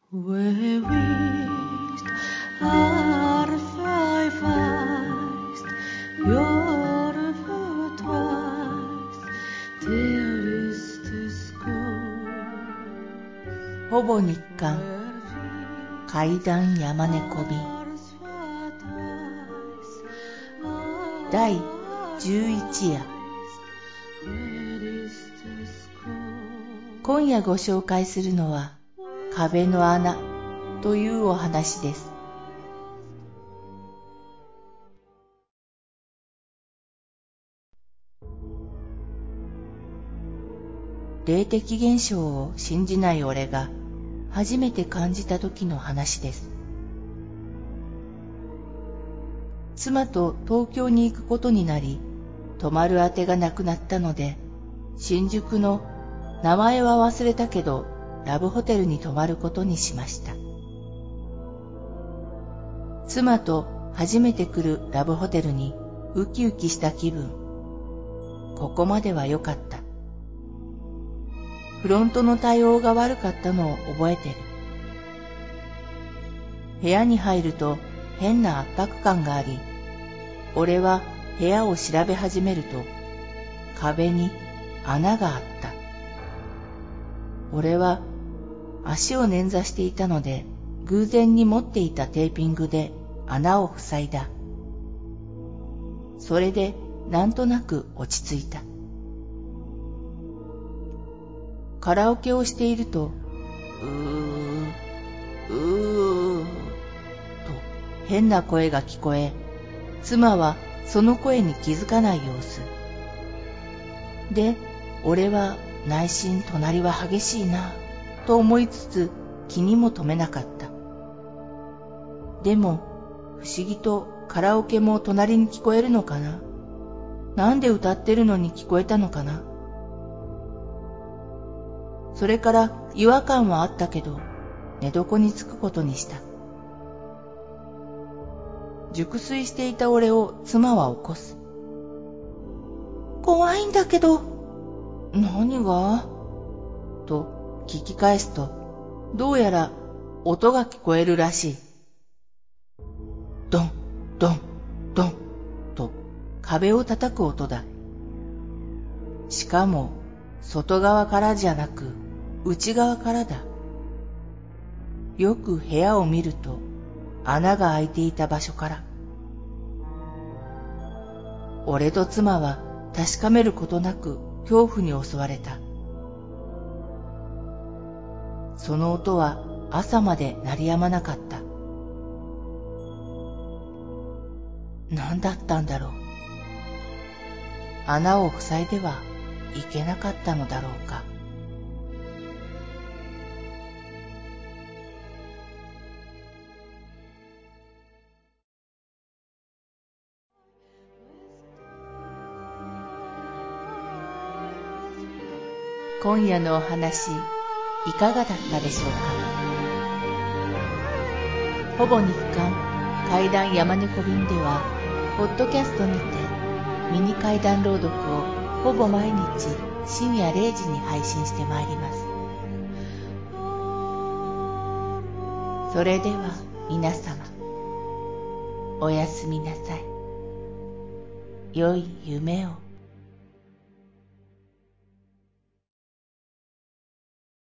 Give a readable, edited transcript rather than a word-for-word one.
Where wished are five eyes, your twice, there is the school. ほぼ日刊怪談山猫便第11夜。今夜ご紹介するのは壁の穴というお話です。霊的現象を信じない俺が初めて感じた時の話です。妻と東京に行くことになり、泊まるあてがなくなったので、新宿の名前は忘れたけどラブホテルに泊まることにしました。妻と初めて来るラブホテルにウキウキした気分。ここまでは良かった。フロントの対応が悪かったのを覚えてる。部屋に入ると変な圧迫感があり、俺は部屋を調べ始めると壁に穴があった。俺は足を捻挫していたので偶然に持っていたテーピングで穴を塞いだ。それでなんとなく落ち着いた。カラオケをしていると、うーと変な声が聞こえ、妻はその声に気づかない様子。で、俺は内心隣は激しいなと思いつつ気にも留めなかった。でも不思議とカラオケも隣に聞こえるのかな。なんで歌ってるのに聞こえたのかな。それから違和感はあったけど、寝床につくことにした。熟睡していた俺を妻は起こす。怖いんだけど。何がと聞き返すと、どうやら音が聞こえるらしい。ドン、ドン、ドンと壁を叩く音だ。しかも外側からじゃなく内側からだ。よく部屋を見ると穴が開いていた場所から。俺と妻は確かめることなく恐怖に襲われた。その音は朝まで鳴りやまなかった。何だったんだろう。穴を塞いではいけなかったのだろうか。今夜のお話いかがだったでしょうか。ほぼ日刊怪談山猫便ではポッドキャストにてミニ怪談朗読をほぼ毎日深夜0時に配信してまいります。それでは皆様おやすみなさい。良い夢を。